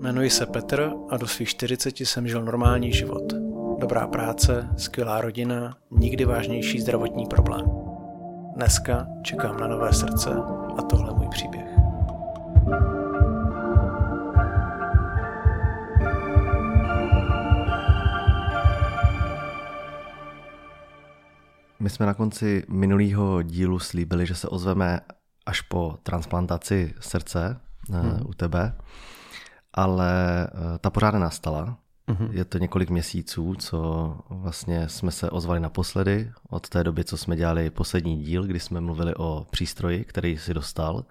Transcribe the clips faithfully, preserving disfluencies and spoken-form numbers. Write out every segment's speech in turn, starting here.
Jmenuji se Petr a do svých čtyřiceti jsem žil normální život. Dobrá práce, skvělá rodina, nikdy vážnější zdravotní problém. Dneska čekám na nové srdce a tohle je můj příběh. My jsme na konci minulého dílu slíbili, že se ozveme až po transplantaci srdce hmm. u tebe, ale ta pořád nenastala. Hmm. Je to několik měsíců, co vlastně jsme se ozvali naposledy, od té doby, co jsme dělali poslední díl, kdy jsme mluvili o přístroji, který si dostal,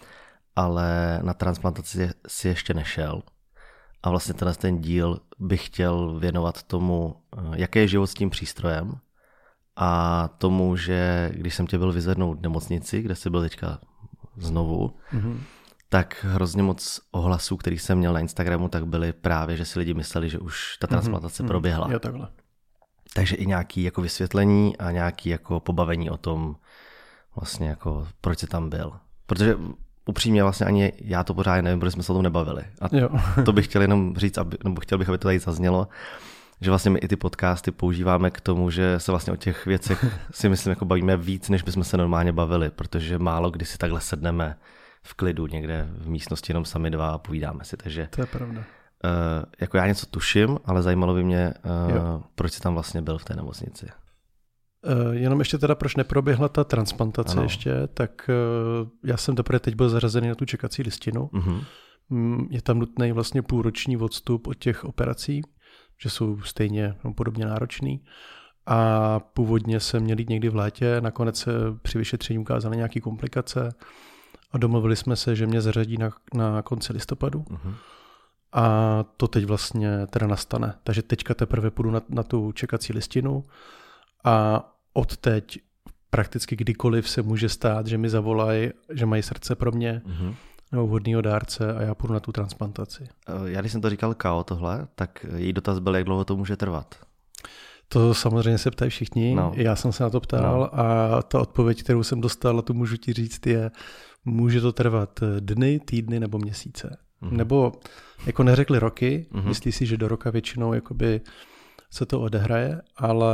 ale na transplantaci si ještě nešel. A vlastně tenhle ten díl bych chtěl věnovat tomu, jaký je život s tím přístrojem, a tomu, že když jsem tě byl vyzvednout v nemocnici, kde jsi byl teďka znovu, mm-hmm. tak hrozně moc ohlasů, který jsem měl na Instagramu, tak byly právě, že si lidi mysleli, že už ta transplantace mm-hmm. proběhla. Jo, takhle. Takže i nějaké jako vysvětlení a nějaké jako pobavení o tom, vlastně jako proč jsi tam byl. Protože upřímně vlastně ani já to pořád nevím, protože jsme se o tom nebavili. A jo. to bych chtěl jenom říct, aby, nebo chtěl bych, aby to tady zaznělo, že vlastně my i ty podcasty používáme k tomu, že se vlastně o těch věcech si myslím jako bavíme víc, než bychom se normálně bavili, protože málo kdy si takhle sedneme v klidu někde v místnosti jenom sami dva a povídáme si. Takže, to je pravda. Uh, jako já něco tuším, ale zajímalo by mě, uh, proč jsi tam vlastně byl v té nemocnici. Uh, jenom ještě teda, proč neproběhla ta transplantace ano. ještě, tak uh, já jsem teprve teď byl zařazený na tu čekací listinu. Uh-huh. Je tam nutný vlastně půlroční odstup od těch operací, že jsou stejně no, podobně náročný. A původně jsem měl jít někdy v létě, nakonec se při vyšetření ukázaly nějaké komplikace a domluvili jsme se, že mě zařadí na, na konci listopadu. Uh-huh. A to teď vlastně teda nastane. Takže teďka teprve půjdu na, na tu čekací listinu a od teď prakticky kdykoliv se může stát, že mi zavolají, že mají srdce pro mě, uh-huh. nebo vhodného dárce a já půjdu na tu transplantaci. Já když jsem to říkal Kao tohle, tak její dotaz byl, jak dlouho to může trvat. To samozřejmě se ptají všichni, no. Já jsem se na to ptal no. a ta odpověď, kterou jsem dostal, a to můžu ti říct, je, může to trvat dny, týdny nebo měsíce. Mm-hmm. Nebo jako neřekli roky, mm-hmm. myslí si, že do roka většinou jakoby se to odehraje, ale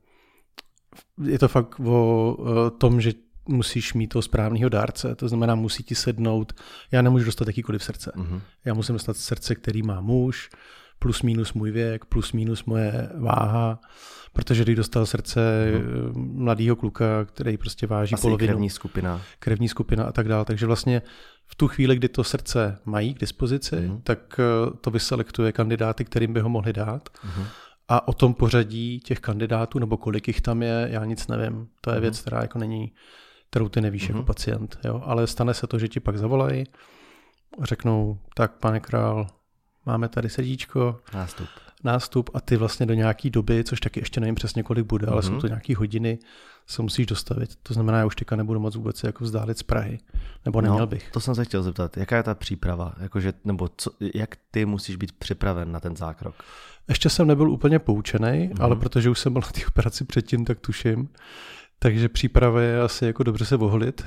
je to fakt o, o tom, že musíš mít toho správného dárce, to znamená, musí ti sednout, já nemůžu dostat jakýkoliv srdce. Mm-hmm. Já musím dostat srdce, který má muž, plus minus můj věk, plus minus moje váha, protože když dostal srdce mm-hmm. mladýho kluka, který prostě váží asi polovinu. krevní skupina. Krevní skupina a tak dále. Takže vlastně v tu chvíli, kdy to srdce mají k dispozici, mm-hmm. tak to vyselektuje kandidáty, kterým by ho mohli dát. Mm-hmm. A o tom pořadí těch kandidátů, nebo kolik jich tam je, já nic nevím. To je mm-hmm. věc, která jako není, kterou ty nevíš mm-hmm. jako pacient. Jo? Ale stane se to, že ti pak zavolají a řeknou, tak pane král, máme tady srdíčko, nástup. nástup a ty vlastně do nějaký doby, což taky ještě nevím přesně kolik bude, mm-hmm. ale jsou to nějaký hodiny, se musíš dostavit. To znamená, já už teďka nebudu moc vůbec jako vzdálit z Prahy. Nebo neměl no, bych. To jsem se chtěl zeptat. Jaká je ta příprava? Jakože, nebo co, jak ty musíš být připraven na ten zákrok? Ještě jsem nebyl úplně poučenej, mm-hmm. ale protože už jsem byl na té operaci předtím, tak tuším. Takže příprava je asi jako dobře se oholit,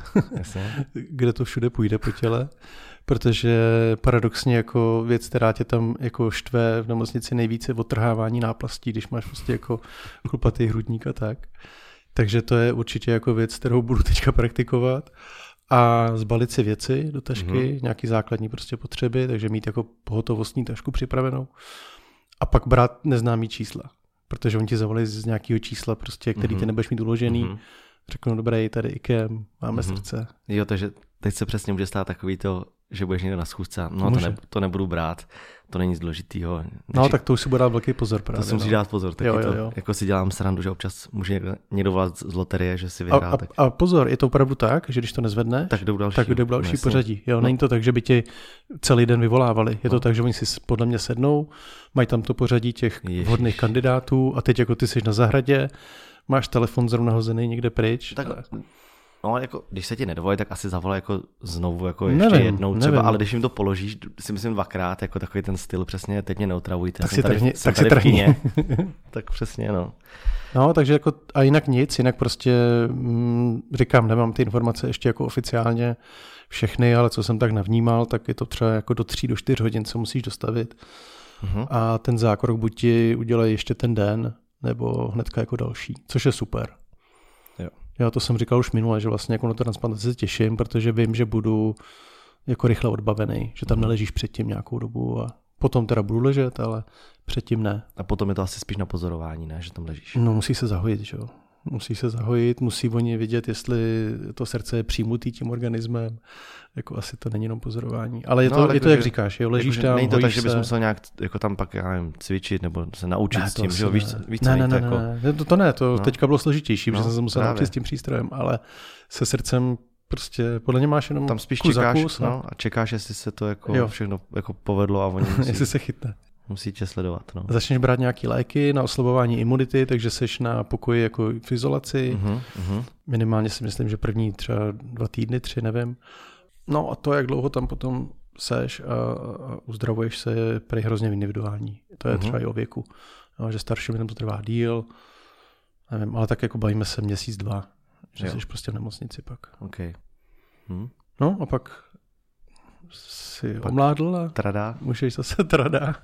kde to všude půjde po těle. Protože paradoxně jako věc, která tě tam jako štve v nemocnici nejvíce, odtrhávání náplastí, když máš prostě jako chlupatý hrudník a tak. Takže to je určitě jako věc, kterou budu teďka praktikovat. A zbalit si věci do tašky, mm-hmm. nějaký základní prostě potřeby, takže mít jako pohotovostní tašku připravenou. A pak brát neznámý čísla, protože on ti zavolají z nějakého čísla, prostě, který mm-hmm. ty nebudeš mít uložený. Mm-hmm. Řeknu, dobré, tady IKEM, máme mm-hmm. srdce. Jo, takže teď se přesně může stát takový to, že budeš někde na schůzce. No to, ne, to nebudu brát, to není nic důležitýho. Než... No tak to už si bude dát velký pozor právě. To si musíš no. dát pozor, taky jo, jo, jo. To, jako si dělám srandu, že občas může někdo, někdo volat z loterie, že si vyhrá. A, tak... a, a pozor, je to opravdu tak, že když to nezvedneš, tak jdou další, tak jdou další no, pořadí. Jo, no. Není to tak, že by ti celý den vyvolávali. Je no. to tak, že oni si podle mě sednou, mají tam to pořadí těch Ježiš. vhodných kandidátů a teď jako ty jsi na zahradě, máš telefon zrovna hozený někde pryč. Tak... Ale... No, jako, když se ti nedovolí, tak asi zavolá jako znovu, jako ještě nevím, jednou třeba, nevím. Ale když jim to položíš, si myslím dvakrát, jako takový ten styl, přesně, teď mě neotravujte. Tak si trhni, tak si trhni. Tak přesně, no. No, takže jako, a jinak nic, jinak prostě mm, říkám, nemám ty informace ještě jako oficiálně všechny, ale co jsem tak navnímal, tak je to třeba jako do tří, do čtyř hodin, co musíš dostavit. Uh-huh. A ten zákrok buď ti udělají ještě ten den, nebo hnedka jako další, což je super. Jo. Já to jsem říkal už minule, že vlastně jako na to transplantaci se těším, protože vím, že budu jako rychle odbavený, že tam neležíš předtím nějakou dobu a potom teda budu ležet, ale předtím ne. A potom je to asi spíš na pozorování, ne, že tam ležíš. No musí se zahojit, že jo. Musí se zahojit, musí oni vidět, jestli to srdce je přijmutý tím organismem. Jako asi to není jenom pozorování. Ale je to, no, je to jak říkáš, jo, ležíš jako, tam, není to tak, se. že bys musel nějak jako tam pak, já nevím, cvičit nebo se naučit ne, s tím, že jo, víš, víš ne, co, ne, to ne, jako... ne, to, to ne, to no. teďka bylo složitější, no, že jsem se musel naučit s tím přístrojem, ale se srdcem prostě podle mě máš jenom tam spíš kus čekáš, kus, no, a čekáš, jestli se to jako jo. všechno jako povedlo a oni musí, jestli se chytne. Musí tě sledovat. No. Začneš brát nějaké léky na oslabování imunity, takže seš na pokoji jako v izolaci. Uh-huh, uh-huh. Minimálně si myslím, že první třeba dva týdny, tři, nevím. No a to, jak dlouho tam potom seš a, a uzdravuješ se, je prej hrozně individuální. To je uh-huh. třeba i o věku. No, že starším lidem to trvá díl, nevím, ale tak jako bavíme se měsíc, dva, že jo. Jsi prostě v nemocnici pak. Okay. Hm. No a pak si pak omládl a tradá. Můžeš zase tradá.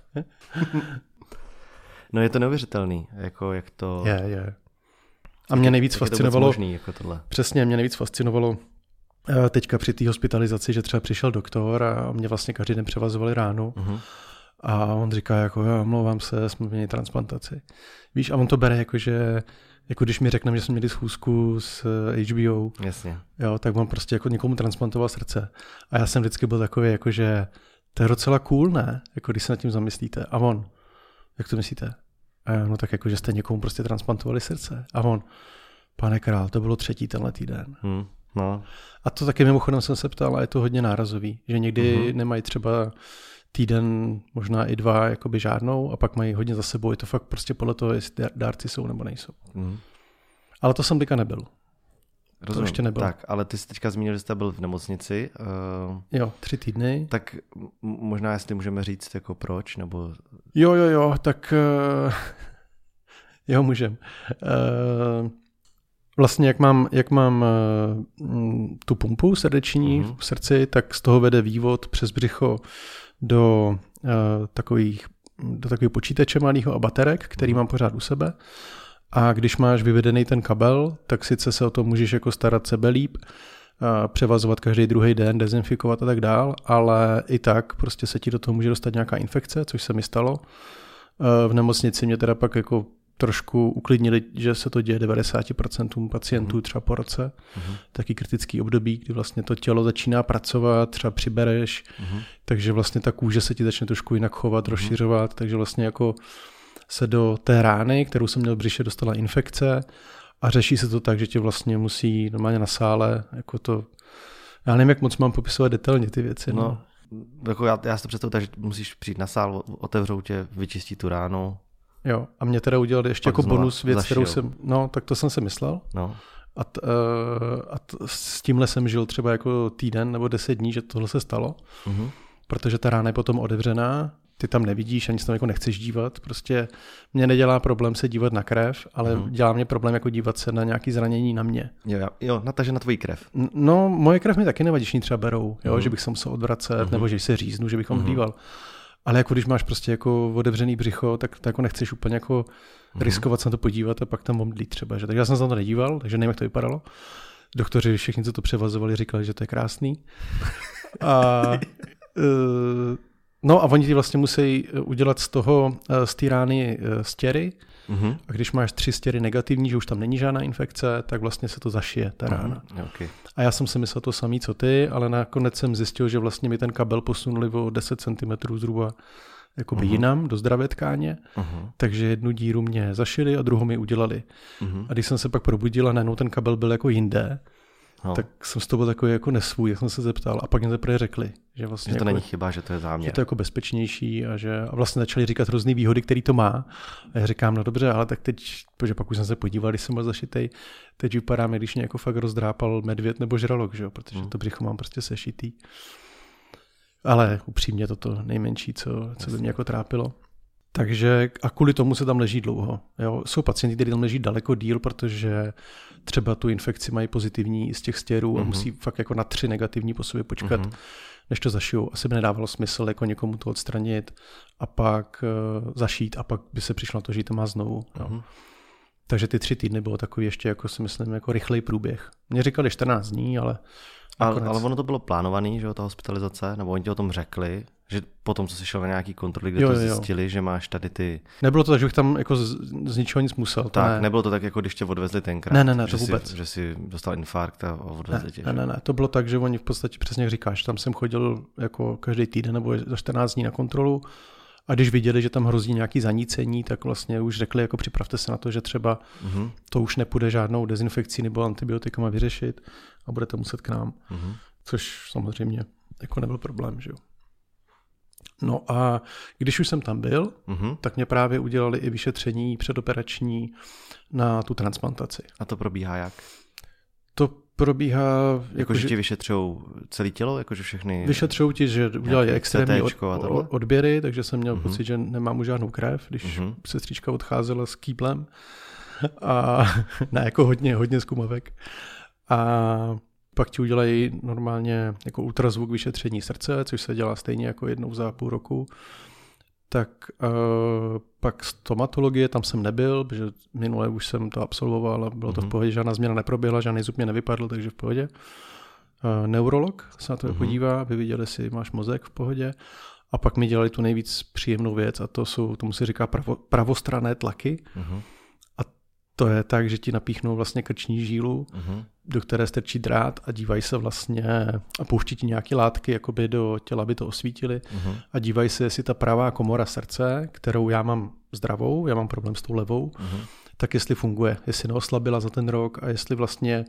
No je to neuvěřitelný, jako jak to... Je, je. A mě nejvíc fascinovalo... Možný, jako tohle. Přesně, mě nejvíc fascinovalo teďka při té hospitalizaci, že třeba přišel doktor a mě vlastně každý den převazovali ránu. Uh-huh. A on říká jako, já omlouvám se, jsme měli transplantaci. Víš, a on to bere jako, že jako když mi řekneme, že jsme měli schůzku s H B O, jasně. Jo, tak on prostě jako někomu transplantoval srdce. A já jsem vždycky byl takový, jako, že to je docela cool, ne? Jako když se nad tím zamyslíte. A on, jak to myslíte? A já, no tak jako, že jste někomu prostě transplantovali srdce. A on, pane král, to bylo třetí tenhle týden. Hmm, no. A to taky mimochodem jsem se ptal, a je to hodně nárazový, že někdy uh-huh. nemají třeba týden, možná i dva, jakoby žádnou a pak mají hodně za sebou. Je to fakt prostě podle toho, jestli dárci jsou nebo nejsou. Uh-huh. Ale to jsem teďka nebyl. Rozumím. To ještě nebyl. Tak, ale ty jsi teďka zmínil, že jste byl v nemocnici. Uh, jo, tři týdny. Tak m- možná, jestli můžeme říct, jako proč, nebo... Jo, jo, jo, tak uh, jo, můžem. Uh, vlastně, jak mám, jak mám uh, tu pumpu srdeční uh-huh. v srdci, tak z toho vede vývod přes břicho do uh, takových, do takových počítače malého a baterek, který uh-huh. mám pořád u sebe. A když máš vyvedený ten kabel, tak sice se o to můžeš jako starat sebe líp, převazovat každý druhý den, dezinfikovat a tak dál, ale i tak prostě se ti do toho může dostat nějaká infekce, což se mi stalo. V nemocnici mě teda pak jako trošku uklidnili, že se to děje devadesát procent pacientů třeba po roce. Uh-huh. Taky kritický období, kdy vlastně to tělo začíná pracovat, třeba přibereš, uh-huh. takže vlastně ta kůže se ti začne trošku jinak chovat, uh-huh. rozšiřovat, takže vlastně jako se do té rány, kterou jsem měl v břiše, dostala infekce a řeší se to tak, že tě vlastně musí normálně na sále, jako to, já nevím, jak moc mám popisovat detailně ty věci. No, no jako já, já si to představuji tak, že musíš přijít na sál, otevřou tě, vyčistí tu ránu. Jo, a mě teda udělali ještě jako bonus věc, zašil. Kterou jsem, no, tak to jsem si myslel. No. A, t, a t, s tímhle jsem žil třeba jako týden nebo deset dní, že tohle se stalo, uh-huh. protože ta rána je potom otevřená, ty tam nevidíš, ani se tam jako nechceš dívat, prostě mě nedělá problém se dívat na krev, ale uh-huh. dělá mě problém jako dívat se na nějaké zranění na mě. Jo, jo, nataže na tvoji krev. No, moje krev mi taky nevadí, že třeba berou, jo, uh-huh. že bych se musel odvracet, uh-huh. nebo že se říznu, že bych uh-huh. díval. Ale jako když máš prostě jako otevřený břicho, tak to jako nechceš úplně jako mm. riskovat se na to podívat a pak tam omdlít třeba. Že? Takže já jsem se na to nedíval, takže nevím, jak to vypadalo. Doktoři všichni, co to převazovali, říkali, že to je krásný. A, uh, no a oni ti vlastně musí udělat z toho, z té rány stěry. Mm-hmm. A když máš tři stěry negativní, že už tam není žádná infekce, tak vlastně se to zašije, ta rána. Mm-hmm. Okay. A já jsem si myslel to samý, co ty, ale nakonec jsem zjistil, že vlastně mi ten kabel posunuli o deset centimetrů zhruba jakoby uh-huh. jinam, do zdravé tkáně, uh-huh. takže jednu díru mě zašili a druhou mi udělali. Uh-huh. A když jsem se pak probudil a najednou ten kabel byl jako jinde, No. Tak jsem z toho byl takový jako nesvůj, jak jsem se zeptal a pak mě teprve řekli, že vlastně že to jako, není chyba, že to je záměr. Že to je jako bezpečnější a že a vlastně začali říkat různé výhody, které to má. A já říkám, no dobře, ale tak teď, protože pak už jsem se podíval, když jsem byl zašitej, teď vypadá mi, když mě jako fakt rozdrápal medvěd nebo žralok, že jo, protože hmm. to břicho mám prostě sešitý. Ale upřímně toto nejmenší, co, co by mě jako trápilo. Takže a kvůli tomu se tam leží dlouho. Jo. Jsou pacienti, kteří tam leží daleko díl, protože třeba tu infekci mají pozitivní z těch stěrů mm-hmm. a musí fakt jako na tři negativní po sobě počkat, mm-hmm. než to zašijou. Asi by nedávalo smysl jako někomu to odstranit a pak uh, zašít a pak by se přišlo na to, že to má znovu. Jo. Mm-hmm. Takže ty tři týdny bylo takový ještě, jako si myslím, jako rychlej průběh. Mně říkali čtrnáct dní, ale... Ale, ale ono to bylo plánované, že jo, ta hospitalizace, nebo oni ti o tom řekli, že potom, co jsi šel na nějaký kontroly, kde jo, to zjistili, jo. že máš tady ty... Nebylo to tak, že bych tam jako z, z ničeho nic musel. Tak, ne. nebylo to tak, jako když tě odvezli tenkrát. Ne, ne, ne, že to vůbec. Jsi, že jsi dostal infarkt a odvezli ne, tě. Ne, ne, ne, to bylo tak, že oni v podstatě přesně jak říkáš, tam jsem chodil jako každý týden nebo za čtrnáct dní na kontrolu a když viděli, že tam hrozí nějaký zanícení, tak vlastně už řekli, jako připravte se na to, že třeba mm-hmm. to už nepůjde žádnou dezinfekcí nebo antibiotikama vyřešit a budete muset k nám. Mm-hmm. Což samozřejmě jako nebyl problém, že jo. No a když už jsem tam byl, mm-hmm. tak mě právě udělali i vyšetření předoperační na tu transplantaci. A to probíhá jak? To probíhá... Jako, jako že ti vyšetřujou celé tělo? Jakože všechny... Vyšetřují ti, že udělali extrémní od, odběry, takže jsem měl mm-hmm. pocit, že nemám už žádnou krev, když mm-hmm. sestřička odcházela s kýblem. A ne, jako hodně, hodně zkumavek. A pak ti udělají normálně jako ultrazvuk vyšetření srdce, což se dělá stejně jako jednou za půl roku. Tak uh, pak stomatologie, tam jsem nebyl, protože minule už jsem to absolvoval a bylo to mm-hmm. v pohodě, žádná změna neproběhla, žádný zub mě nevypadl, takže v pohodě. Uh, neurolog se na to mm-hmm. podívá, aby viděl, jestli máš mozek v pohodě. A pak mi dělali tu nejvíc příjemnou věc a to jsou, tomu se říká pravo, pravostranné tlaky. Mm-hmm. To je tak, že ti napíchnou vlastně krční žílu, uh-huh. do které strčí drát a dívají se vlastně a pouští ti nějaké látky jakoby do těla, aby to osvítili uh-huh. a dívají se, jestli ta pravá komora srdce, kterou já mám zdravou, já mám problém s tou levou, uh-huh. tak jestli funguje, jestli neoslabila za ten rok a jestli vlastně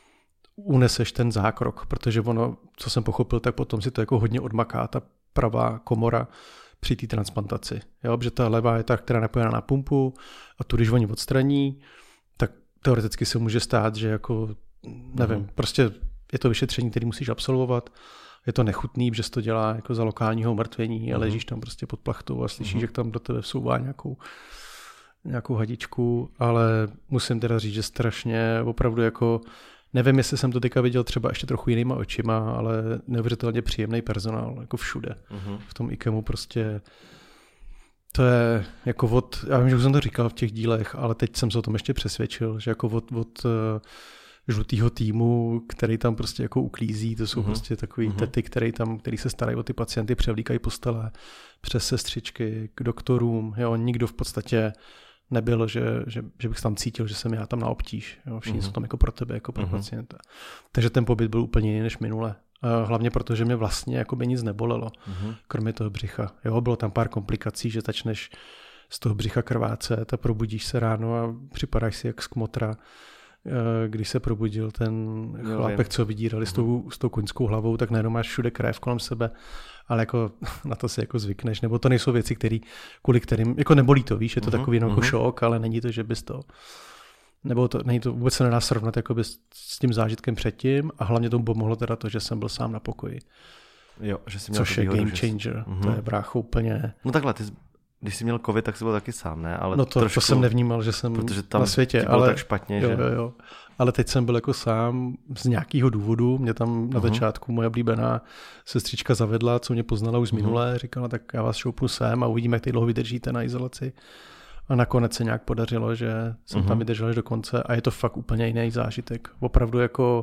uneseš ten zákrok, protože ono, co jsem pochopil, tak potom si to jako hodně odmaká, ta pravá komora při té transplantaci. Jo, protože ta levá je ta, která napojená na pumpu a tu, když oni odstraní, tak teoreticky se může stát, že jako, nevím, mm. prostě je to vyšetření, který musíš absolvovat, je to nechutný, že se to dělá jako za lokálního umrtvení a ležíš tam prostě pod plachtou a slyšíš, mm. jak tam do tebe vsouvá nějakou, nějakou hadičku, ale musím teda říct, že strašně opravdu jako, nevím, jestli jsem to teďka viděl třeba ještě trochu jinýma očima, ale neuvěřitelně příjemný personál, jako všude. Mm. V tom IKEMu prostě to je jako od, já vím, že už jsem to říkal v těch dílech, ale teď jsem se o tom ještě přesvědčil, že jako od, od uh, žlutýho týmu, který tam prostě jako uklízí, to jsou mm-hmm. prostě takový mm-hmm. tety, který tam, který se starají o ty pacienty, převlíkají postele, přes sestřičky, k doktorům, jo, nikdo v podstatě nebyl, že, že, že bych tam cítil, že jsem já tam na obtíž, jo, všichni mm-hmm. jsou tam jako pro tebe, jako pro mm-hmm. pacienta. Takže ten pobyt byl úplně jiný než minule. Hlavně proto, že mě vlastně jako by nic nebolelo, mm-hmm. kromě toho břicha. Jo, bylo tam pár komplikací, že začneš z toho břicha krvácet a probudíš se ráno a připadáš si jak z kmotra, když se probudil ten chlápek, co vydírali mm-hmm. s, tou, s tou koňskou hlavou, tak najednou máš všude krev kolem sebe, ale jako na to si jako zvykneš, nebo to nejsou věci, který, kvůli kterým, jako nebolí to, víš, je to mm-hmm. takový no, jako mm-hmm. šok, ale není to, že bys to... Nebo to, není to, vůbec se nedá srovnat jakoby s, s tím zážitkem předtím a hlavně tomu pomohlo teda to, že jsem byl sám na pokoji. Jo, že jsi měl což je výhodu, game changer, jsi... to je brácho úplně... No takhle, ty, když jsi měl covid, tak jsi byl taky sám, ne? Ale no to, trošku, to jsem nevnímal, že jsem protože tam na světě, bylo ale tak špatně, jo, že... Jo, jo. Ale teď jsem byl jako sám z nějakého důvodu, mě tam na začátku moje oblíbená sestřička zavedla, co mě poznala už z minulé, říkala, tak já vás šoupnu sem a uvidíme, jak teď dlouho vydržíte na izolaci. A nakonec se nějak podařilo, že jsem uh-huh. tam vydržel až do konce a je to fakt úplně jiný zážitek. Opravdu jako,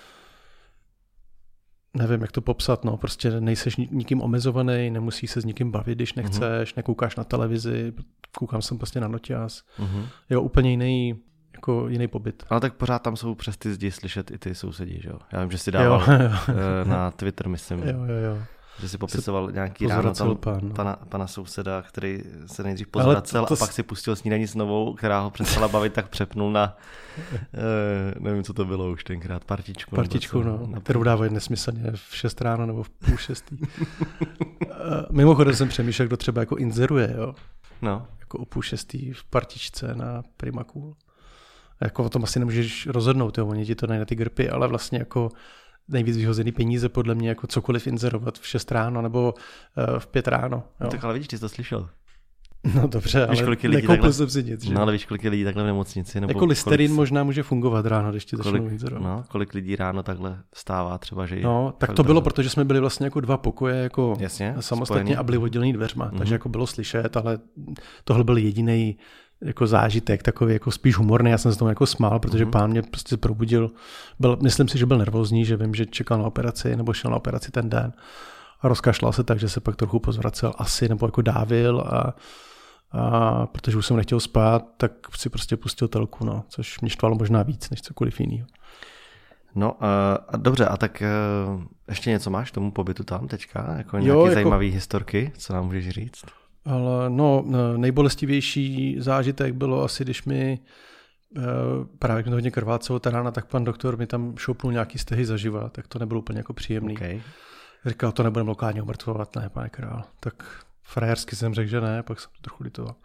nevím, jak to popsat, no, prostě nejseš nikým omezovaný, nemusíš se s nikým bavit, když nechceš, uh-huh. nekoukáš na televizi, koukám jsem prostě na noťaz. Uh-huh. Jo, úplně jiný, jako jiný pobyt. Ale tak pořád tam jsou přes ty zdi slyšet i ty sousedí, že jo? Já vím, že si dával jo, jo. na Twitter, myslím. Jo, jo, jo. Že si popisoval nějaký ráno tam pán, no. pana, pana souseda, který se nejdřív pozvracel to, to a pak si pustil snídaní s novou, která ho přestala bavit, tak přepnul na, eh, nevím, co to bylo už tenkrát, partičku. Partičku, no, na kterou dávají nesmyslně v šest ráno nebo v půl šestý. Mimochodem jsem přemýšlel, kdo třeba jako inzeruje, jo. No. Jako o půl šestý v partičce na Prima Cool. A jako o tom asi nemůžeš rozhodnout, jo, oni ti to dají na ty grpy, ale vlastně jako nejvíc vyhozený peníze podle mě jako cokoliv inzerovat v šest ráno nebo uh, v pět ráno. Jo. No tak ale vidíš, ty jsi to slyšel. No dobře, víš, ale nekoupil jsem si nic. Že? No ale víš, kolik je lidí takhle v nemocnici. Nebo jako Listerin kolik... možná může fungovat ráno, když ti začnou inzerovat. No, kolik lidí ráno takhle stává třeba, že... No, tak to bylo, protože jsme byli vlastně jako dva pokoje, jako Jasně, samostatně spojený. A byli oddělený dveřma, mm-hmm. takže jako bylo slyšet, ale tohle byl jediný jako zážitek, takový jako spíš humorný, já jsem se tomu jako smál, protože mm-hmm. pán mě prostě probudil, byl, myslím si, že byl nervózní, že vím, že čekal na operaci, nebo šel na operaci ten den a rozkašlal se tak, že se pak trochu pozvracel asi, nebo jako dávil a, a protože už jsem nechtěl spát, tak si prostě pustil telku, no, což mě štvalo možná víc, než cokoliv jiného. No a dobře, a tak ještě něco máš k tomu pobytu tam teďka? Jako nějaké jo, jako... zajímavé historky, co nám můžeš říct? Ale no, nejbolestivější zážitek bylo asi, když mi právě když mi to hodně krvácelo ta rána, tak pan doktor mi tam šoupnul nějaký stehy zaživa, tak to nebylo úplně jako příjemný. Okay. Říkal, to nebudeme lokálně umrtvovat, ne, pane král. Tak frajersky jsem řekl, že ne, pak jsem to trochu litoval.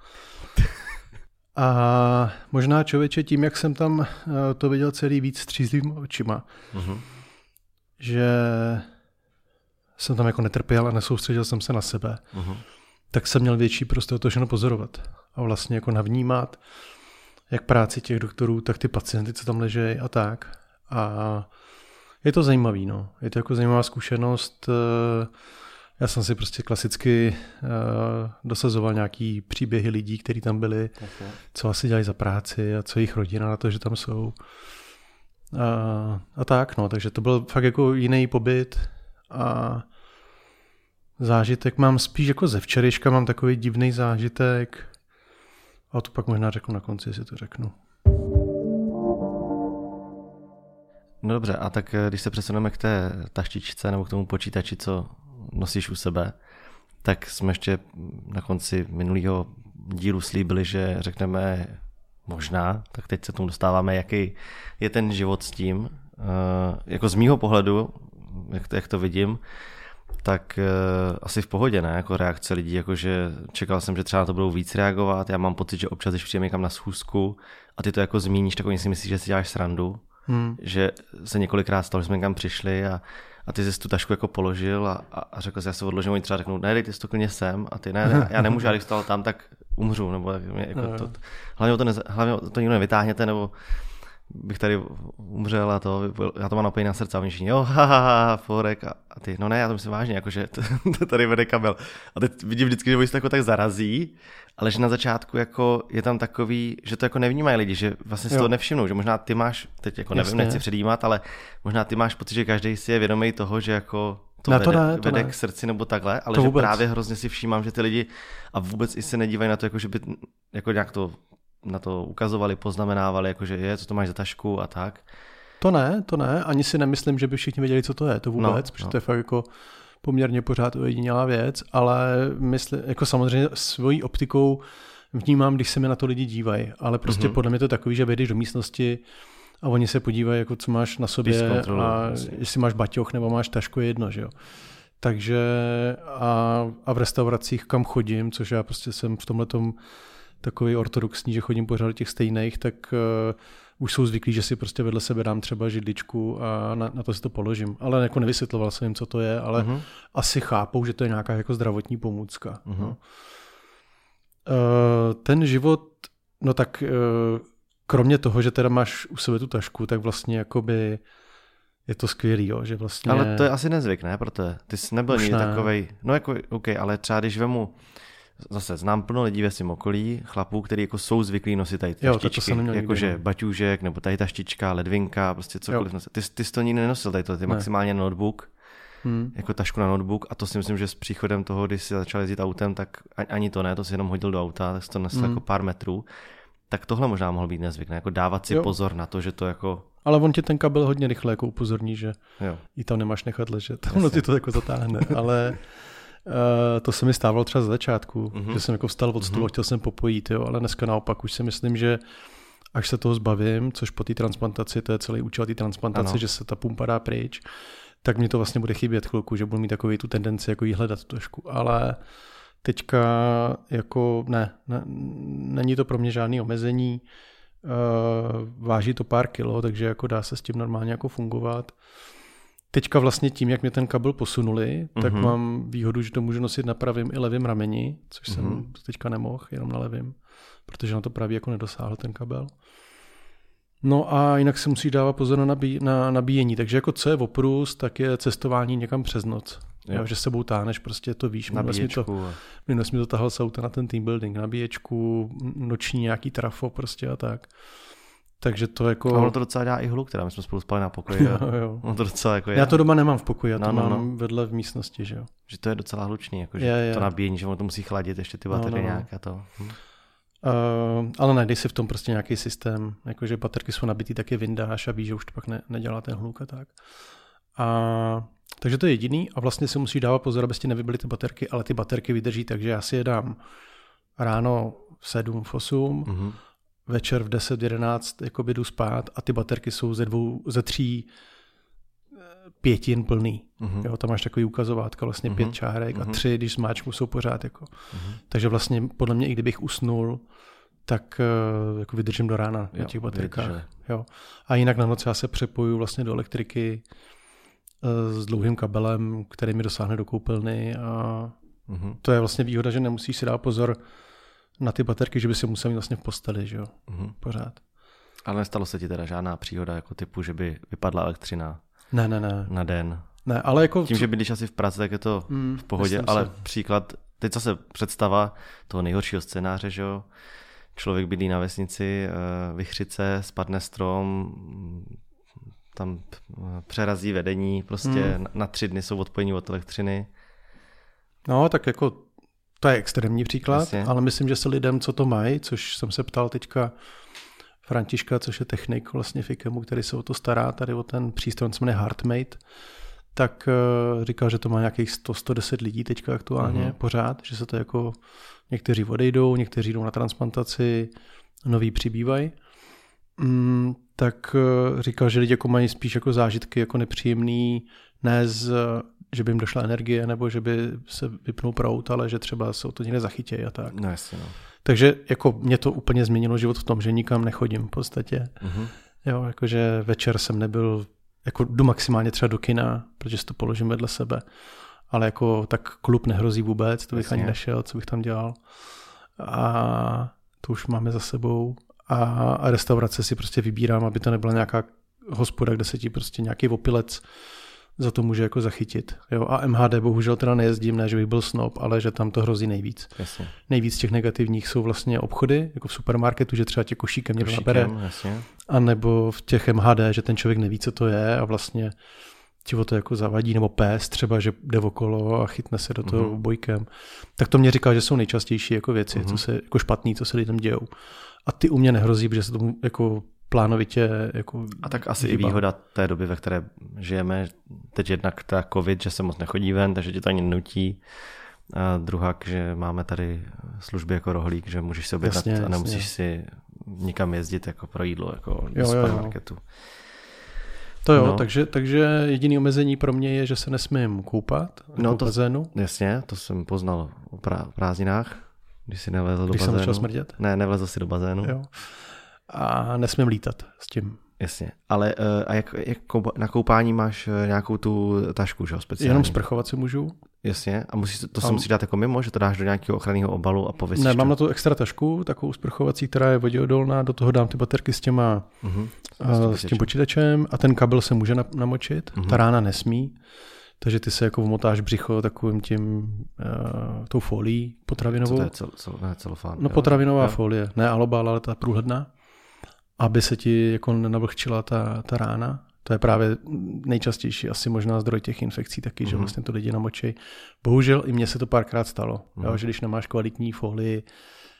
A možná člověče tím, jak jsem tam to viděl celý víc střízlivými očima, uh-huh. že jsem tam jako netrpěl a nesoustředil jsem se na sebe, uh-huh. tak jsem měl větší prostor to všechno pozorovat a vlastně jako navnímat jak práci těch doktorů, tak ty pacienty, co tam ležejí a tak. A je to zajímavý, no. Je to jako zajímavá zkušenost. Já jsem si prostě klasicky dosazoval nějaký příběhy lidí, kteří tam byli, okay. co asi dělají za práci a co jejich rodina na to, že tam jsou. A, a tak, no. Takže to byl fakt jako jiný pobyt a zážitek mám spíš jako ze včerejška, mám takový divný zážitek. A to pak možná řeknu na konci, jestli to řeknu. No dobře, a tak když se přesuneme k té taštičce nebo k tomu počítači, co nosíš u sebe, tak jsme ještě na konci minulého dílu slíbili, že řekneme možná, tak teď se tomu dostáváme, jaký je ten život s tím. Jako z mýho pohledu, jak to, jak to vidím, tak uh, asi v pohodě, ne? Jako reakce lidí, jakože čekal jsem, že třeba na to budou víc reagovat. Já mám pocit, že občas, když přijeme někam na schůzku a ty to jako zmíníš, tak oni si myslí, že si děláš srandu. Hmm. Že se několikrát stalo, že jsme někam přišli a, a ty jsi tu tašku jako položil a, a řekl jsi, já se odložím, oni třeba řeknou, ne, dej ty to klidně sem a ty ne, ne já nemůžu, já když stál tam, tak umřu, nebo jako no, to, hlavně to, ne, hlavně to nikdo nevytáhněte, nebo bych tady umřel a to, já to mám napojený na srdce a oni všichni, jo, hahaha, forek a, a ty, no ne, já to myslím vážně, jakože to, to tady vede kabel. A teď vidím vždycky, že oni se to jako tak zarazí, ale že na začátku jako je tam takový, že to jako nevnímají lidi, že vlastně si to nevšimnou, že možná ty máš, teď jako nevím, Jasně. nechci předjímat, ale možná ty máš pocit, že každý si je vědomý toho, že jako to, ne, to vede, ne, to vede ne. k srdci nebo takhle, ale to že vůbec. Právě hrozně si všímám, že ty lidi a vůbec i se nedívají na to, jako že by jako nějak to na to ukazovali, poznamenávali, jakože je, co to máš za tašku a tak. To ne, to ne, ani si nemyslím, že by všichni věděli, co to je, to vůbec, no, protože no. to je fakt jako poměrně pořád ojedinělá věc, ale myslím, jako samozřejmě svojí optikou vnímám, když se mi na to lidi dívají, ale prostě mm-hmm. podle mě to takový, že vejdeš do místnosti a oni se podívají, jako co máš na sobě a jestli máš baťoch nebo máš tašku, je jedno, že jo. Takže a, a v restauracích, kam chodím, což já prostě jsem v tomhletom takový ortodoxní, že chodím pořád do těch stejných, tak uh, už jsou zvyklí, že si prostě vedle sebe dám třeba židličku a na, na to si to položím. Ale jako nevysvětloval jsem jim, co to je, ale uh-huh. asi chápou, že to je nějaká jako zdravotní pomůcka. Uh-huh. No. Uh, ten život, no tak uh, kromě toho, že teda máš u sebe tu tašku, tak vlastně jakoby je to skvělý, jo, že vlastně... Ale to je asi nezvyk, ne? Protože ty jsi nebyl nikdy ne. takovej, no jako, OK, ale třeba když vemu zase znám plno lidí ve svém okolí, chlapů, kteří jako jsou zvyklí nosit tady taštičky, jakože baťůžek, nebo tady taštička, ledvinka, prostě cokoliv nosit. Ty, ty jsi to nikdy nenosil, tady to, ty ne. maximálně notebook, hmm. jako tašku na notebook a to si myslím, že s příchodem toho, když jsi začal jezdit autem, tak ani to ne, to si jenom hodil do auta, tak jsi to nesl hmm. jako pár metrů. tak tohle možná mohl být nezvyk, ne? Jako dávat si jo. pozor na to, že to jako... Ale on ti ten kabel hodně rychle jako upozorní, že jo. ji tam nemáš nechat ležet, ono ti to jako zatáhne, ale uh, to se mi stávalo třeba z začátku, mm-hmm. že jsem jako vstal od stolu, mm-hmm. chtěl jsem popojít, jo, ale dneska naopak už si myslím, že až se toho zbavím, což po té transplantaci, to je celý účel té transplantace, ano. že se ta pumpa dá pryč, tak mi to vlastně bude chybět chvilku, že budu mít takový tu tendenci jako jí hledat trošku, ale teďka jako ne, ne není to pro mě žádný omezení, uh, váží to pár kilo, takže jako dá se s tím normálně jako fungovat. Teďka vlastně tím, jak mě ten kabel posunuli, mm-hmm. tak mám výhodu, že to můžu nosit na pravém i levém rameni, což mm-hmm. jsem teďka nemohl, jenom na levém, protože na to právě jako nedosáhl ten kabel. No a jinak se musí dávat pozor na, nabí, na nabíjení, takže jako co je oprus, tak je cestování někam přes noc. Jo, že s sebou táhneš, prostě to víš. Nabíječku. Minule jsi mi to tahal z auta na ten team building, nabíječku, noční nějaký trafo prostě a tak. Takže to jako... A ono to docela dá i hluk, teda my jsme spolu spali na pokoji. Jo, jo. Ono to docela jako je. Já to doma nemám v pokoji, já to no, no, mám no. vedle v místnosti, že jo. Že to je docela hlučný, jako, že je, je. to nabíjení, že ono to musí chladit ještě ty baterie no, no, no. nějak a to. Hm. Uh, ale najdeš si v tom prostě nějaký systém, jakože baterky jsou nabitý, tak je vyndáš a víš, že už to pak ne, nedělá ten hluk a tak. A takže to je jediný a vlastně si musíš dávat pozor, aby ti nevybily ty baterky, ale ty baterky vydrží, takže já si je dám ráno v sedm, v osm, mm-hmm. večer v deset, v jedenáct jako jdu spát a ty baterky jsou ze dvou, ze tří pětin plný. Mm-hmm. Jo, tam máš takový ukazovátka, vlastně mm-hmm. pět čárek mm-hmm. a tři, když zmáčknu, jsou pořád. Jako. Mm-hmm. Takže vlastně podle mě, i kdybych usnul, tak jako vydržím do rána jo, na těch baterkách. Jo. A jinak na noc já se přepoju vlastně do elektriky s dlouhým kabelem, který mi dosáhne do koupelny a mm-hmm. to je vlastně výhoda, že nemusíš si dát pozor na ty baterky, že by si musel mít vlastně v posteli, že jo, mm-hmm. pořád. Ale nestalo se ti teda žádná příhoda jako typu, že by vypadla elektřina ne, ne, ne. na den? Ne, ale jako... Tím, že bydlíš asi v Praze, tak je to mm, v pohodě, ale se. Příklad, teď zase představa toho nejhoršího scénáře, že jo, člověk bydlí na vesnici, vychřice, spadne strom, tam přerazí vedení, prostě hmm. na tři dny jsou odpojení od elektřiny. No, tak jako to je extrémní příklad, Jasně. ale myslím, že se lidem, co to mají, což jsem se ptal teďka Františka, což je technik vlastně v IKEMu, který se o to stará, tady o ten přístroj, on se jmenuje HeartMate, tak uh, říkal, že to má nějakých sto až sto deset lidí teďka aktuálně uh-huh. pořád, že se to jako někteří odejdou, někteří jdou na transplantaci, noví přibývají. Mm, tak uh, říkal, že lidi jako mají spíš jako zážitky jako nepříjemný, ne z, že by jim došla energie, nebo že by se vypnul proud, ale že třeba se o to někde zachytějí a tak. No jasně, no. Takže jako mě to úplně změnilo život v tom, že nikam nechodím v podstatě. Uh-huh. Jo, jakože večer jsem nebyl, jako jdu maximálně třeba do kina, protože si to položím vedle sebe. Ale jako tak klub nehrozí vůbec, to bych Jasně. ani nešel, co bych tam dělal. A to už máme za sebou. A, a restaurace si prostě vybírám, aby to nebyla nějaká hospoda, kde se ti prostě nějaký opilec za to může jako zachytit. Jo? A M H D bohužel teda nejezdím, ne, že bych byl snob, ale že tam to hrozí nejvíc. Jasně. Nejvíc těch negativních jsou vlastně obchody, jako v supermarketu, že třeba tě košíkem někdo nabere. A nebo v těch M H D, že ten člověk neví, co to je a vlastně ti o to jako zavadí, nebo pes třeba, že jde okolo a chytne se do toho uh-huh. bojkem. Tak to mě říká, že jsou nejčastější jako věci, uh-huh. co se, jako špatný, co se lidem dějou. A ty u mě nehrozí, protože se tomu jako plánovitě jako A tak asi vyhýbá. I výhoda té doby, ve které žijeme, teď jednak ta covid, že se moc nechodí ven, takže tě to ani nenutí. A druhá, že máme tady služby jako rohlík, že můžeš se objednat jasně, a nemusíš jasně. si nikam jezdit jako pro jídlo, jako do supermarketu. To jo, no. takže, takže jediné omezení pro mě je, že se nesmím koupat no v bazénu. Jasně, to jsem poznal o prázdninách, když si nevlezl do když bazénu. Když jsem začal smrdět? Ne, nevlezl si do bazénu. Jo. A nesmím lítat s tím. Jasně, ale a jak, jak na koupání máš nějakou tu tašku, že jo, speciální? Jenom sprchovat si můžu. Jasně, a musíš, to se musí dát jako mimo, že to dáš do nějakého ochranného obalu a pověsíš? Ne, mám na to extra tašku, takovou sprchovací, která je voděodolná, do toho dám ty baterky s těma, uh-huh. a, s tím počítačem a ten kabel se může namočit, uh-huh. ta rána nesmí, takže ty se jako vmotáš břicho takovým tím, uh, tou folií potravinovou. Co to je cel, cel, ne, celofán? No potravinová jo. folie, ne alobal, ale ta průhledná, aby se ti jako nenavlhčila ta, ta rána. To je právě nejčastější asi možná zdroj těch infekcí taky, mm-hmm. že vlastně to lidi namočí. Bohužel i mně se to párkrát stalo, mm-hmm. jo, že když nemáš kvalitní folii,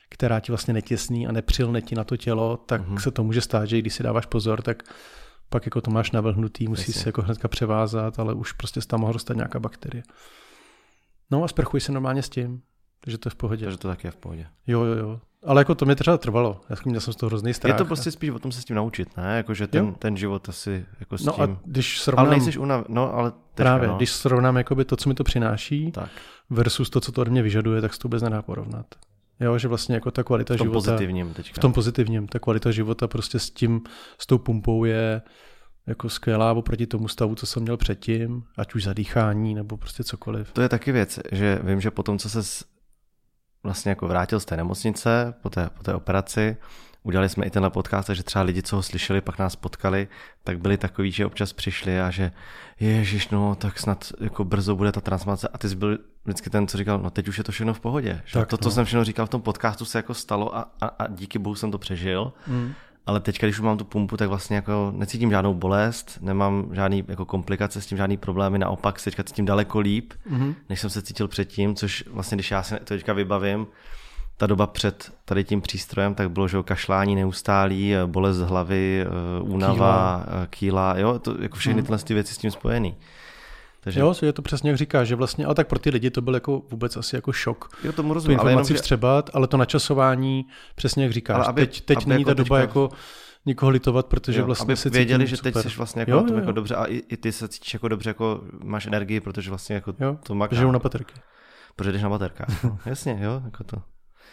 která ti vlastně netěsní a nepřilne ti na to tělo, tak mm-hmm. se to může stát, že když si dáváš pozor, tak pak jako to máš navlhnutý, musíš si jako hnedka převázat, ale už prostě se tam mohla dostat nějaká bakterie. No a sprchuj se normálně s tím, takže to je v pohodě. Takže to taky je v pohodě. Jo, jo, jo. Ale jako to mě třeba trvalo. Já jsem měl jsem z toho hrozný strach. Je to prostě spíš o tom se s tím naučit, ne? Jakože ten, ten život asi jako s no tím... A když srovnám... Ale nejseš unav... No, ale teďka, právě, no. když srovnám jakoby to, co mi to přináší, tak. versus to, co to od mě vyžaduje, tak se to vůbec nedá porovnat. Jo, že vlastně jako ta kvalita života... V tom života, pozitivním teďka. V tom pozitivním. Ta kvalita života prostě s tím, s tou pumpou je jako skvělá oproti tomu stavu, co jsem měl předtím, ať už zadýchání nebo prostě cokoliv. To je taky věc, že vím, že potom, co ses vlastně jako vrátil z té nemocnice, po té, po té operaci, udělali jsme i tenhle podcast, že třeba lidi, co ho slyšeli, pak nás potkali, tak byli takový, že občas přišli a že ježiš, no tak snad jako brzo bude ta transplantace a ty jsi byl vždycky ten, co říkal, no teď už je to všechno v pohodě. Že? Tak, to, co no. jsem všechno říkal v tom podcastu, se jako stalo a, a, a díky bohu jsem to přežil. Mm. Ale teď, když už mám tu pumpu, tak vlastně jako necítím žádnou bolest, nemám žádný jako komplikace s tím, žádný problémy, naopak se teďka cítím daleko líp, mm-hmm. než jsem se cítil předtím, což vlastně, když já si to teďka vybavím, ta doba před tady tím přístrojem, tak bylo, že kašlání neustálý, bolest z hlavy, únava, kýla, kýla jo, to jako všechny mm. tyhle ty věci s tím spojený. Takže... Jo, je to přesně jak říkáš, že vlastně, ale tak pro ty lidi to byl jako vůbec asi jako šok. Jo, tomu rozumím, tu informaci ale jenom, vstřebat, ale to načasování, přesně jak říkáš, aby, teď, teď není ta doba teďka... jako nikoho litovat, protože jo, vlastně aby se věděli, cítím že teď super. jsi vlastně jako, jo, jo, jako jo. dobře a i, i ty se cítíš jako dobře, jako máš energii, protože vlastně jako jo, to maká. žiju na baterky. Protože jdeš na baterkách, no, jasně, jo, jako to.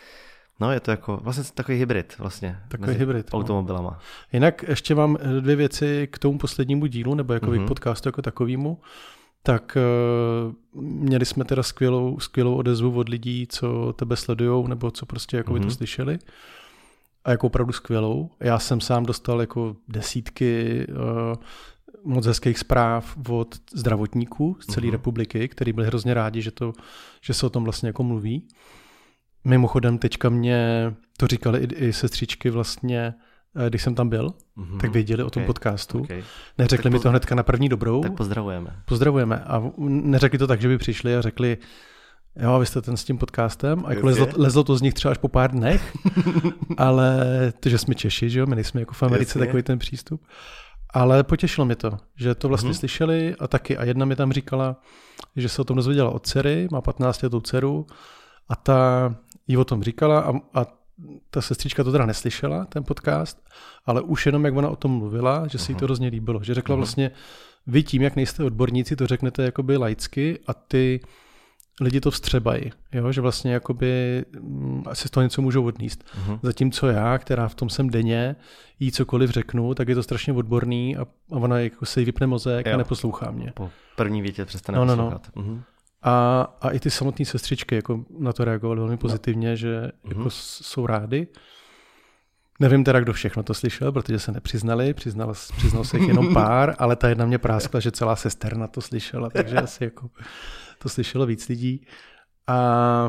No je to jako vlastně takový hybrid vlastně. Takový hybrid. Automobilama. No. Jinak ještě mám dvě věci k tomu poslednímu dílu, nebo jako mm-hmm. k podcastu jako takovému. Tak uh, měli jsme teda skvělou, skvělou odezvu od lidí, co tebe sledujou, nebo co prostě jako mm-hmm. to slyšeli. A jako opravdu skvělou. Já jsem sám dostal jako desítky uh, moc hezkých zpráv od zdravotníků z celé mm-hmm. republiky, kteří byli hrozně rádi, že, to, že se o tom vlastně jako mluví. Mimochodem teďka mě to říkali i, i sestřičky vlastně, když jsem tam byl, mm-hmm. tak věděli o tom okay. podcastu. Okay. Neřekli tak mi to hnedka na první dobrou. Tak pozdravujeme. Pozdravujeme. A neřekli to tak, že by přišli a řekli, jo, vy jste ten s tím podcastem. A jako lezlo, lezlo to z nich třeba až po pár dnech, ale to, že jsme Češi, že jo, my nejsme jako v Americe takový ten přístup. Ale potěšilo mě to, že to vlastně mm-hmm. slyšeli a taky. A jedna mi tam říkala, že se o tom dozvěděla od dcery, má patnáctiletou dceru a ta jí o tom říkala a, a ta sestřička to teda neslyšela, ten podcast, ale už jenom jak ona o tom mluvila, že si jí to hrozně líbilo. Že řekla vlastně, vy tím, jak nejste odborníci, to řeknete jakoby laicky a ty lidi to vstřebají, jo? Že vlastně jakoby m, asi z toho něco můžou odníst. Uh-huh. Zatímco já, která v tom jsem denně, jí cokoliv řeknu, tak je to strašně odborný a, a ona jako se jí vypne mozek jo. a neposlouchá mě. Po první větě přestane no, no, poslouchat. No. Uh-huh. A, a i ty samotné sestřičky jako na to reagovaly velmi pozitivně, no. že uh-huh. jako jsou rády. Nevím teda, kdo všechno to slyšel, protože se nepřiznali, přiznal, přiznal se jich jenom pár, ale ta jedna mě práskla, že celá sesterna to slyšela, takže asi jako to slyšelo víc lidí. A,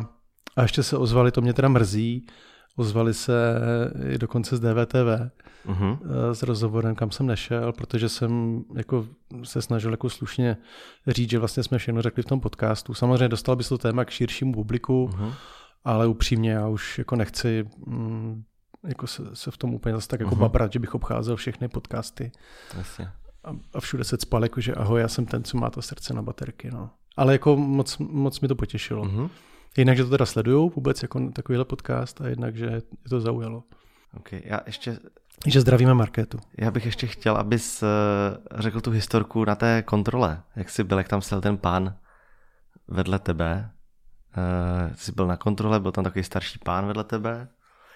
a ještě se ozvali, to mě teda mrzí, ozvali se i dokonce z D V T V uh-huh. s rozhovorem, kam jsem nešel, protože jsem jako se snažil jako slušně říct, že vlastně jsme všechno řekli v tom podcastu. Samozřejmě dostal by se to téma k širšímu publiku, uh-huh. ale upřímně já už jako nechci mm, jako se, se v tom úplně zase tak jako uh-huh. babrat, že bych obcházel všechny podcasty. Jasně. A, a všude se cpal, jako že ahoj, já jsem ten, co má to srdce na baterky. No. Ale jako moc, moc mi to potěšilo. Uh-huh. Jinak, že to teda sledujou vůbec jako takovýhle podcast a jednak, že je to zaujalo. Okay, já ještě... Že zdravíme Markétu. Já bych ještě chtěl, abys řekl tu historku na té kontrole. Jak jsi byl, jak tam sel ten pán vedle tebe. Jsi byl na kontrole, byl tam takový starší pán vedle tebe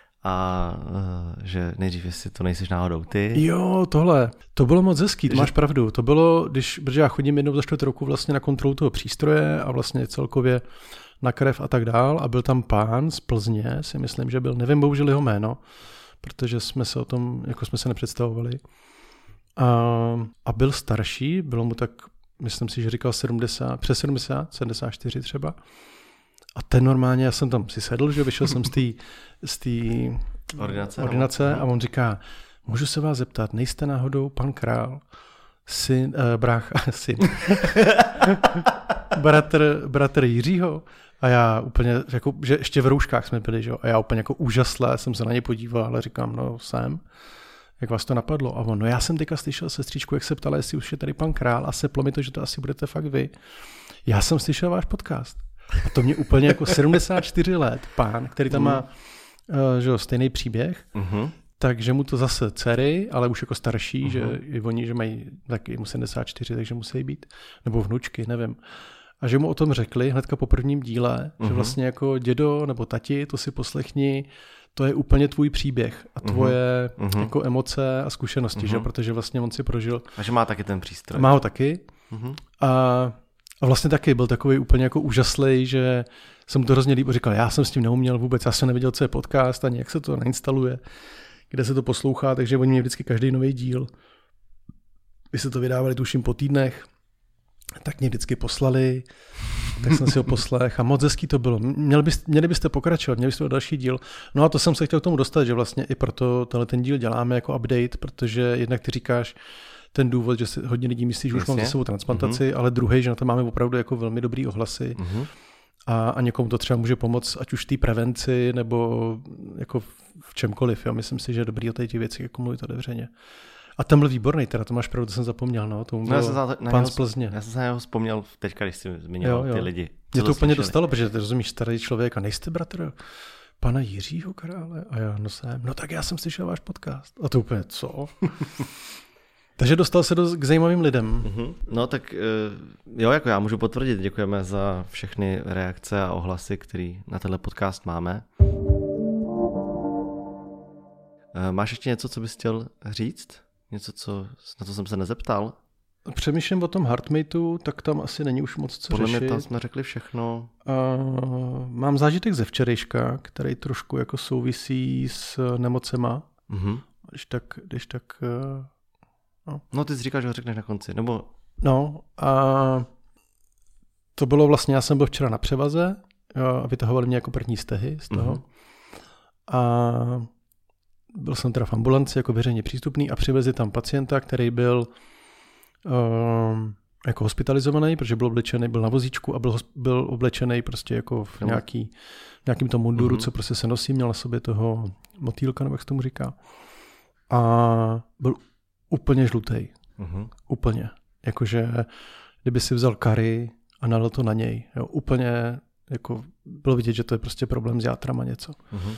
a že nejdřív, jestli to nejseš náhodou ty. Jo, tohle. To bylo moc hezký, to máš pravdu. To bylo, když, protože já chodím jednou za čtvrt roku vlastně na kontrolu toho přístroje a vlastně celkově na krev a tak dál a byl tam pán z Plzně, si myslím, že byl, nevím bohužel jeho jméno, protože jsme se o tom, jako jsme se nepředstavovali. A, a byl starší, bylo mu tak, myslím si, že říkal sedmdesát, přes sedmdesát, sedmdesát čtyři třeba. A ten normálně, já jsem tam si sedl, že vyšel jsem z té z té ordinace, ordinace a on říká, můžu se vás zeptat, nejste náhodou pan Král? syn, uh, brácha, syn, bratr, bratr Jiřího. A já úplně, jako, že ještě v rouškách jsme byli, že? A já úplně jako úžaslé jsem se na ně podíval, ale říkám, no jsem, jak vás to napadlo? A on, no já jsem teďka slyšel sestřičku, jak se ptala, jestli už je tady pan Král a seplo mi to, že to asi budete fakt vy. Já jsem slyšel váš podcast. A to mě úplně jako sedmdesát čtyři let, pán, který tam má uh, že, stejný příběh, uh-huh. takže mu to zase dcery, ale už jako starší, uh-huh. že i oni, že mají taky mu sedmdesát čtyři, takže musí být, nebo vnučky, nevím. A že mu o tom řekli hnedka po prvním díle, uh-huh. že vlastně jako dědo nebo tati, to si poslechni, to je úplně tvůj příběh a tvoje uh-huh. jako emoce a zkušenosti, uh-huh. že? Protože vlastně on si prožil. A že má taky ten přístroj. Má ho taky. Uh-huh. A, a vlastně taky byl takový úplně jako úžaslej, že jsem mu to hrozně líbil, říkal, já jsem s tím neuměl vůbec, já jsem nevěděl, co je podcast, ani jak se to nainstaluje, kde se to poslouchá, takže oni měli vždycky každý nový díl. Vy se to vydávali tuším po týdnech, tak mě vždycky poslali, tak jsem si ho poslech a moc hezký to bylo. Měli byste, měli byste pokračovat, měli byste další díl. No a to jsem se chtěl k tomu dostat, že vlastně i proto tenhle ten díl děláme jako update, protože jednak ty říkáš ten důvod, že si hodně lidí myslí, že už mám za sebou transplantaci, mm-hmm. ale druhý, že na to máme opravdu jako velmi dobrý ohlasy mm-hmm. a, a někomu to třeba může pomoct, ať už v té prevenci nebo jako v čemkoliv. Jo. Myslím si, že je dobrý o těch věcích jako mluvit otevřeně. A ten byl výborný, teda to máš pravdu, to jsem zapomněl, no, to no, já jsem za, pán z Plzně. Já jsem se na něho vzpomněl teďka, když jsi zmiňoval ty lidi. Mě to, to úplně dostalo, protože ty rozumíš, starý člověk a nejste bratr pana Jiřího Krále? A já, no jsem, no tak já jsem slyšel váš podcast. A to úplně, co? Takže dostal se do, k zajímavým lidem. Mm-hmm. No tak jo, jako já můžu potvrdit, děkujeme za všechny reakce a ohlasy, které na tenhle podcast máme. Máš ještě něco, co bys chtěl říct? Něco, co, na co jsem se nezeptal? Přemýšlím o tom Heartmateu, tak tam asi není už moc co Podle řešit. Podle mě tam jsme řekli všechno. Uh, mám zážitek ze včerejška, který trošku jako souvisí s nemocema. Uh-huh. Když tak... Když tak uh, no. no, ty jsi říkal, že ho řekneš na konci, nebo... No, a to bylo vlastně, já jsem byl včera na převaze a vytahovali mě jako první stehy z toho. Uh-huh. A byl jsem teda v ambulanci jako veřejně přístupný a přivezli tam pacienta, který byl um, jako hospitalizovaný, protože byl oblečený, byl na vozíčku a byl, byl oblečený prostě jako v nějaký, nějakým tom munduru, uh-huh. co prostě se nosí, měl na sobě toho motýlka, nebo jak se tomu říká. A byl úplně žlutej. Uh-huh. Úplně. Jakože kdyby si vzal kary a nalil to na něj. Jo, úplně jako bylo vidět, že to je prostě problém s játrama něco. Uh-huh.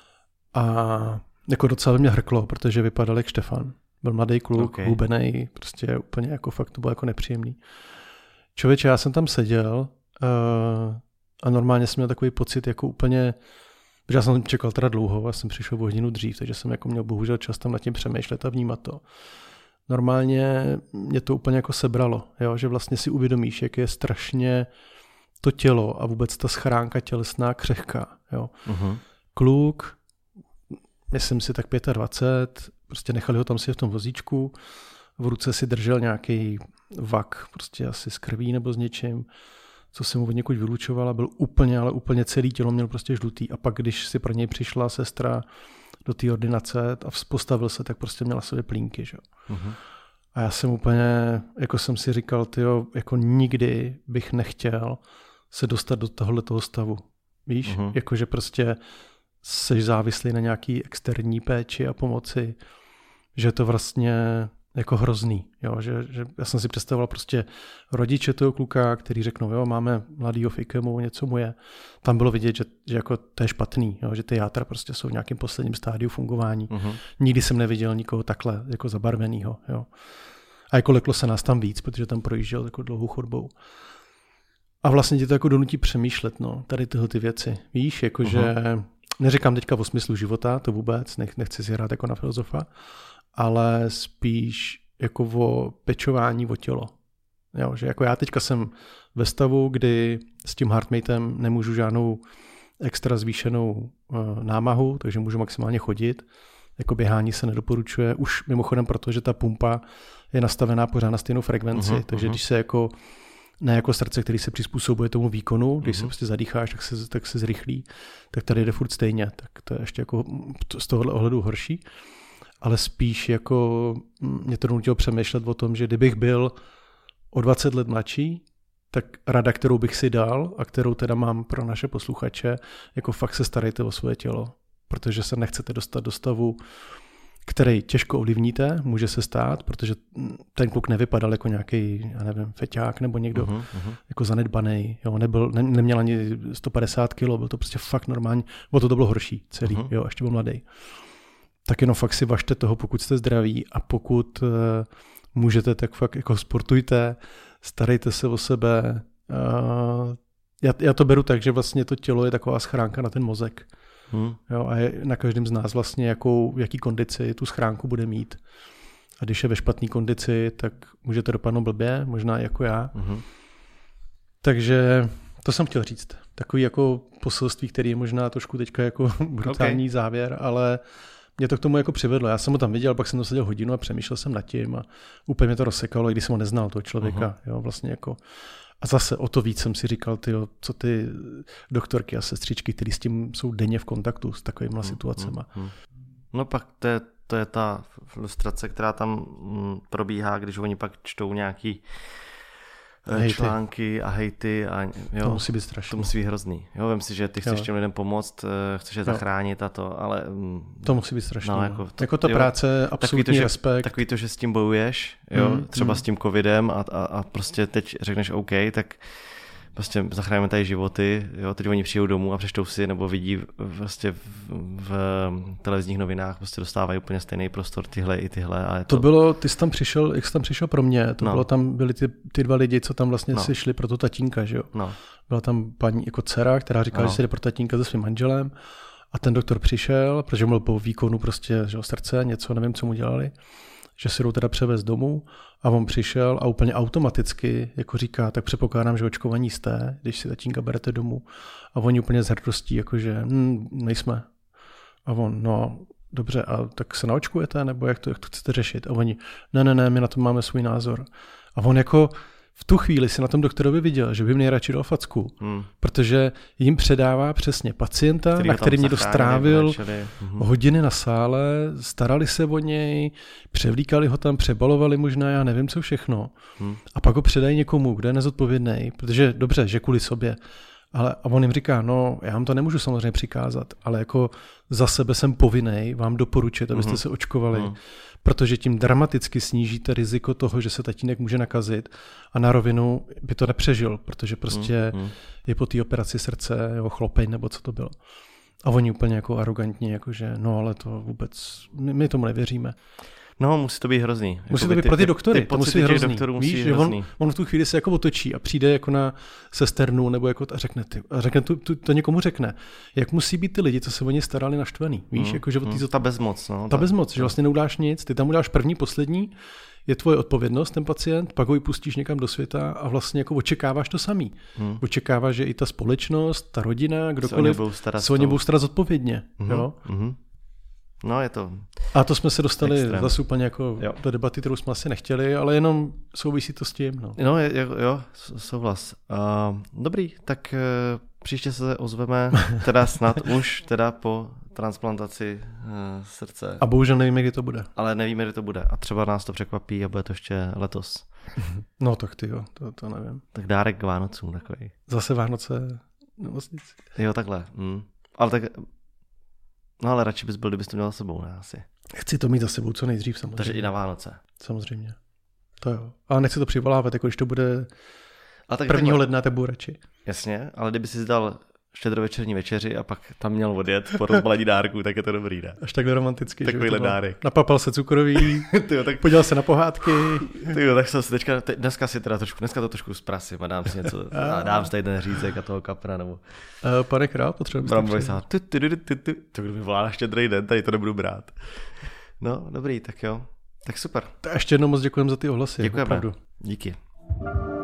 A jako docela mě hrklo, protože vypadal jak Štefan. Byl mladý kluk, okay. hubenej, prostě úplně jako fakt to bylo jako nepříjemný. Člověče, já jsem tam seděl uh, a normálně jsem měl takový pocit jako úplně, protože já jsem čekal teda dlouho, já jsem přišel o hodinu dřív, takže jsem jako měl bohužel čas tam nad tím přemýšlet a vnímat to. Normálně mě to úplně jako sebralo, jo? Že vlastně si uvědomíš, jak je strašně to tělo a vůbec ta schránka tělesná křehká. Jo? Uh-huh. Kluk, myslím si tak dvacet pět, prostě nechali ho tam si v tom vozíčku, v ruce si držel nějaký vak, prostě asi s krví nebo s něčím, co se mu od někud vylučovala, byl úplně, ale úplně celý tělo měl prostě žlutý a pak, když si pro něj přišla sestra do té ordinace a postavil se, tak prostě měla sobě plínky, že? Uh-huh. A já jsem úplně, jako jsem si říkal, tyjo, jako nikdy bych nechtěl se dostat do tohoto stavu, víš? Uh-huh. Jakože prostě jsi závislý na nějaký externí péči a pomoci, že je to vlastně jako hrozný. Jo? Že, že já jsem si představoval prostě rodiče toho kluka, který řeknou, jo, máme mladýho v IKEMu, něco mu je. Tam bylo vidět, že, že jako to je špatný, jo? Že ty játra prostě jsou v nějakém posledním stádiu fungování. Uh-huh. Nikdy jsem neviděl nikoho takhle jako zabarvenýho. Jo? A jako leklo se nás tam víc, protože tam projížděl jako dlouhou chodbou. A vlastně tě to jako donutí přemýšlet, no, tady tyhle ty věci. Víš, jakože uh-huh. neříkám teďka o smyslu života, to vůbec, nech, nechci si hrát jako na filozofa, ale spíš jako o pečování o tělo. Jo, že jako já teďka jsem ve stavu, kdy s tím Heartmatem nemůžu žádnou extra zvýšenou uh, námahu, takže můžu maximálně chodit. Jako běhání se nedoporučuje. Už mimochodem proto, že ta pumpa je nastavená pořád na stejnou frekvenci, uh-huh, takže uh-huh. když se jako ne jako srdce, který se přizpůsobuje tomu výkonu, když uh-huh. se prostě zadýcháš, tak se, tak se zrychlí, tak tady jde furt stejně. Tak to je ještě jako z tohohle ohledu horší. ale spíš jako mě to nutilo přemýšlet o tom, že kdybych byl o dvacet let mladší, tak rada, kterou bych si dal a kterou teda mám pro naše posluchače, jako fakt se starejte o svoje tělo, protože se nechcete dostat do stavu, který těžko ovlivníte, může se stát, protože ten kluk nevypadal jako nějaký, já nevím, feťák nebo někdo uh-huh, uh-huh. jako zanedbaný, jo, nebyl, ne, neměl ani sto padesát kilo, byl to prostě fakt normální, o to to bylo horší celý, uh-huh. jo, ještě byl mladý. Tak jenom fakt si važte toho, pokud jste zdraví a pokud uh, můžete, tak fakt jako sportujte, starejte se o sebe. Uh, já, já to beru tak, že vlastně to tělo je taková schránka na ten mozek. Hmm. Jo, a je na každém z nás vlastně, jakou, v jaký kondici tu schránku bude mít. A když je ve špatné kondici, tak můžete dopadnout blbě, možná jako já. Hmm. Takže to jsem chtěl říct. Takový jako poselství, který je možná trošku teďka jako brutální okay. závěr, ale mě to k tomu jako přivedlo. Já jsem ho tam viděl, pak jsem to seděl hodinu a přemýšlel jsem nad tím a úplně mě to rozsekalo, i když jsem ho neznal, toho člověka. Uh-huh. Jo, vlastně jako. A zase o to víc jsem si říkal, tyjo, co ty doktorky a sestřičky, které s tím jsou denně v kontaktu s takovýmhle uh-huh. situacemi. Uh-huh. No pak to je, to je ta frustrace, která tam probíhá, když oni pak čtou nějaký hejty. Články a hejty. A, jo, to musí být strašný. To musí být hrozný. Jo, vem si, že ty chceš jo. těm lidem pomoct, chceš je jo. zachránit a to, ale... To musí být strašný. No, jako, to, jako ta jo, práce, absolutní takový to, respekt. Takový to, že s tím bojuješ, jo, mm, třeba mm. s tím covidem a, a, a prostě teď řekneš OK, tak prostě zachráníme tady životy, jo, teď oni přijdou domů a přečtou si, nebo vidí vlastně v, v televizních novinách, prostě dostávají úplně stejný prostor, tyhle i tyhle. A je to... to bylo, ty jsi tam přišel, jak jsi tam přišel pro mě, to no. bylo tam, byli ty, ty dva lidi, co tam vlastně no. si šli pro to tatínka, že jo. No. Byla tam paní jako dcera, která říkala, no. že si jde pro tatínka se svým manželem a ten doktor přišel, protože byl po výkonu prostě, že jo, srdce, něco, nevím, co mu dělali, že si jdou teda převést domů a on přišel a úplně automaticky jako říká, tak předpokládám, že očkovaní jste, když si tatínka berete domů a oni úplně s hrdostí, jakože hm, nejsme. A on, no dobře, a tak se naočkujete, nebo jak to, jak to chcete řešit? A oni, ne, ne, ne, my na to máme svůj názor. A on jako v tu chvíli si na tom doktorovi viděl, že by mě radši dal facku, hmm. protože jim předává přesně pacienta, který na kterým někdo strávil hodiny na sále, starali se o něj, převlíkali ho tam, přebalovali možná, já nevím co všechno. Hmm. A pak ho předají někomu, kdo je nezodpovědný, protože dobře, že kvůli sobě. Ale, a on jim říká, no já vám to nemůžu samozřejmě přikázat, ale jako za sebe jsem povinnej vám doporučit, abyste mm-hmm. se očkovali, mm. protože tím dramaticky snížíte riziko toho, že se tatínek může nakazit a na rovinu by to nepřežil, protože prostě mm. je po té operaci srdce, jeho chlopeň nebo co to bylo. A oni úplně jako arrogantní, jakože no ale to vůbec, my, my tomu nevěříme. No, musí to být hrozný. Musí to být pro ty doktory, ty to musí být hrozný. Musí Víš, být hrozný. On, on v tu chvíli se jako otočí a přijde jako na sesternu nebo jako a řekne, ty, a řekne tu, tu, to někomu řekne, jak musí být ty lidi, co se o ně starali naštvaný. Víš, mm, jako, že mm, ty, ta bezmoc. No, ta, ta bezmoc, že vlastně neudáš nic, ty tam udáš první, poslední, je tvoje odpovědnost, ten pacient, pak ho ji pustíš někam do světa a vlastně jako očekáváš to samý. Hmm. Očekáváš, že i ta společnost, ta rodina, kdokoliv se o ně budou starat zodpovědně. Mm-hmm. Jo? Mm-hmm. No, je to A to jsme se dostali extrém. Zase úplně jako jo. do debaty, kterou jsme asi nechtěli, ale jenom souvisí to s tím. No, no jo, jo, souhlas. Uh, dobrý, tak uh, příště se ozveme, teda snad už teda po transplantaci uh, srdce. A bohužel nevíme, kdy to bude. Ale nevíme, kdy to bude. A třeba nás to překvapí a bude to ještě letos. No tak ty jo, to, to nevím. Tak dárek k Vánocům takový. Zase Vánoce nemocnici. Jo, takhle. Mm. Ale tak... No ale radši bys byl, kdybys to měl za sebou, ne? Asi. Chci to mít za sebou co nejdřív samozřejmě. Takže i na Vánoce. Samozřejmě. To jo. Ale nechci to přivolávat, jako když to bude prvního ledna, tak budu radši. Jasně, ale kdyby si dal štědrovečerní večeři a pak tam měl odjet po rozbalení dárku, tak je to dobrý, ne? Až takhle romantický. Takovýhle dárek. Napapal se cukroví, tyjo, tak... podíval se na pohádky. Tyjo, tak jsem si teďka, te, dneska si teda trošku, dneska to trošku zprasím a dám si něco, a dám si tady ten řízek a toho kapra, nebo... Uh, pane král, potřebuji Brambory sát. To kdo mi volá na štědrý den, tady to nebudu brát. No, dobrý, tak jo. Tak super. Tak ještě jednou moc děkujeme za ty ohlasy. Děkujeme. Opravdu. Díky.